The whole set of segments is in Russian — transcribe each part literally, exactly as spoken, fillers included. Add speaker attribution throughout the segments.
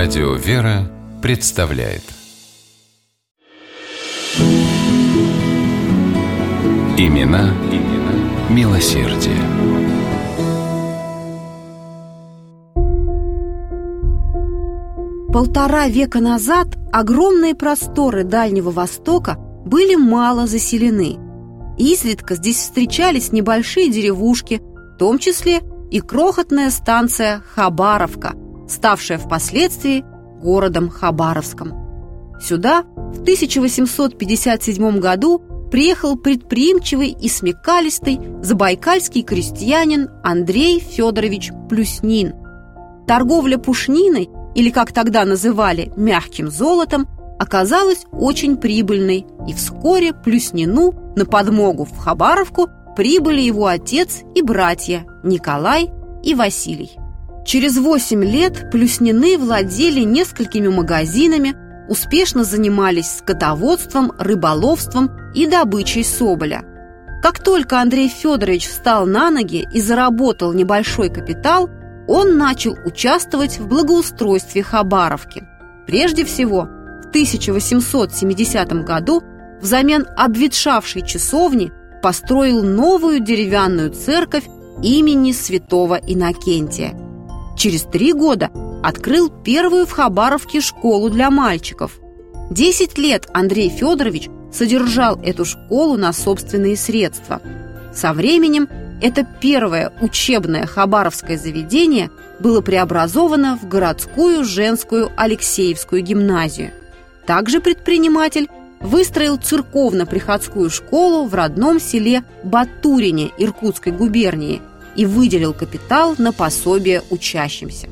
Speaker 1: Радио «Вера» представляет Имена, имена милосердия.
Speaker 2: Полтора века назад огромные просторы Дальнего Востока были мало заселены. Изредка здесь встречались небольшие деревушки, в том числе и крохотная станция Хабаровка, ставшая впоследствии городом Хабаровском. Сюда в тысяча восемьсот пятьдесят седьмом году приехал предприимчивый и смекалистый забайкальский крестьянин Андрей Федорович Плюснин. Торговля пушниной, или, как тогда называли, мягким золотом, оказалась очень прибыльной, и вскоре Плюснину на подмогу в Хабаровку прибыли его отец и братья Николай и Василий. Через восемь лет Плюснины владели несколькими магазинами, успешно занимались скотоводством, рыболовством и добычей соболя. Как только Андрей Федорович встал на ноги и заработал небольшой капитал, он начал участвовать в благоустройстве Хабаровки. Прежде всего, в тысяча восемьсот семидесятом году взамен обветшавшей часовни построил новую деревянную церковь имени святого Иннокентия. Через три года открыл первую в Хабаровке школу для мальчиков. Десять лет Андрей Федорович содержал эту школу на собственные средства. Со временем это первое учебное хабаровское заведение было преобразовано в городскую женскую Алексеевскую гимназию. Также предприниматель выстроил церковно-приходскую школу в родном селе Батурине Иркутской губернии и выделил капитал на пособие учащимся.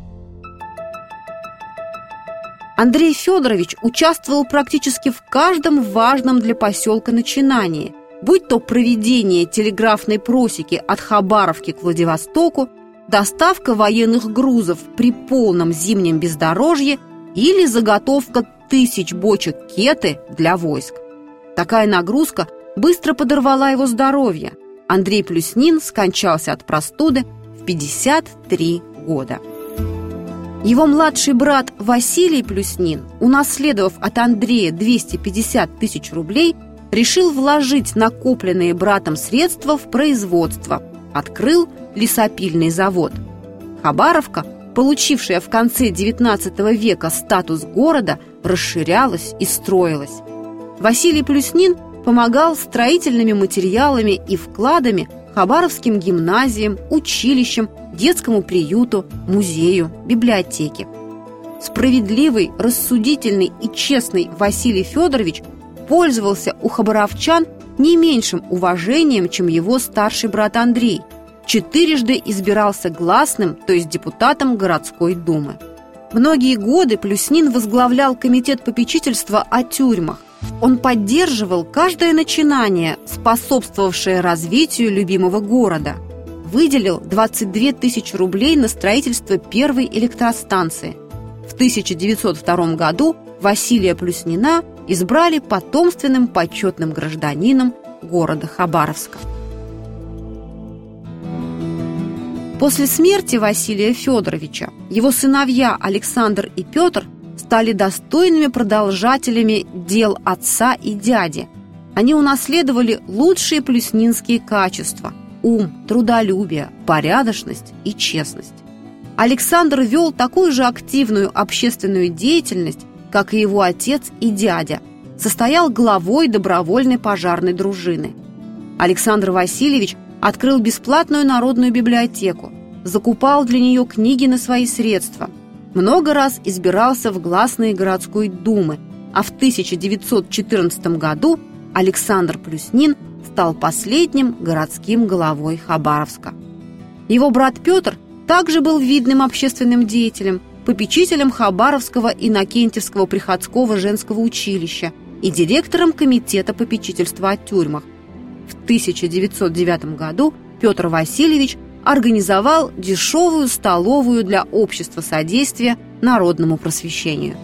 Speaker 2: Андрей Федорович участвовал практически в каждом важном для поселка начинании, будь то проведение телеграфной просеки от Хабаровки к Владивостоку, доставка военных грузов при полном зимнем бездорожье или заготовка тысяч бочек кеты для войск. Такая нагрузка быстро подорвала его здоровье. Андрей Плюснин скончался от простуды в пятьдесят три года. Его младший брат Василий Плюснин, унаследовав от Андрея двести пятьдесят тысяч рублей, решил вложить накопленные братом средства в производство, открыл лесопильный завод. Хабаровка, получившая в конце девятнадцатого века статус города, расширялась и строилась. Василий Плюснин помогал строительными материалами и вкладами хабаровским гимназиям, училищам, детскому приюту, музею, библиотеке. Справедливый, рассудительный и честный Василий Федорович пользовался у хабаровчан не меньшим уважением, чем его старший брат Андрей. Четырежды избирался гласным, то есть депутатом городской думы. Многие годы Плюснин возглавлял комитет попечительства о тюрьмах. Он поддерживал каждое начинание, способствовавшее развитию любимого города. Выделил двадцать две тысячи рублей на строительство первой электростанции. В тысяча девятьсот втором году Василия Плюснина избрали потомственным почетным гражданином города Хабаровска. После смерти Василия Федоровича его сыновья Александр и Петр стали достойными продолжателями дел отца и дяди. Они унаследовали лучшие плюснинские качества – ум, трудолюбие, порядочность и честность. Александр вел такую же активную общественную деятельность, как и его отец и дядя, состоял главой добровольной пожарной дружины. Александр Васильевич открыл бесплатную народную библиотеку, закупал для нее книги на свои средства, много раз избирался в гласные городской думы, а в тысяча девятьсот четырнадцатом году Александр Плюснин стал последним городским головой Хабаровска. Его брат Петр также был видным общественным деятелем, попечителем Хабаровского Иннокентьевского приходского женского училища и директором комитета попечительства о тюрьмах. В тысяча девятьсот девятом году Петр Васильевич организовал дешевую столовую для общества содействия народному просвещению.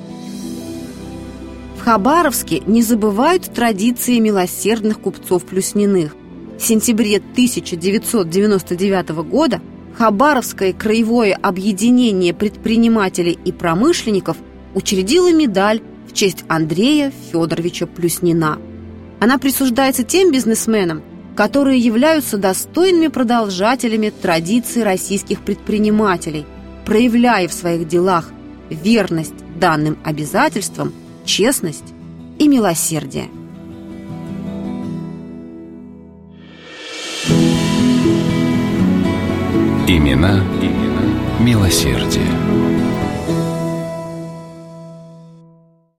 Speaker 2: В Хабаровске не забывают традиции милосердных купцов Плюсниных. В сентябре тысяча девятьсот девяносто девятого года Хабаровское краевое объединение предпринимателей и промышленников учредило медаль в честь Андрея Федоровича Плюснина. Она присуждается тем бизнесменам, которые являются достойными продолжателями традиций российских предпринимателей, проявляя в своих делах верность данным обязательствам, честность и милосердие.
Speaker 1: Имена, имена милосердия.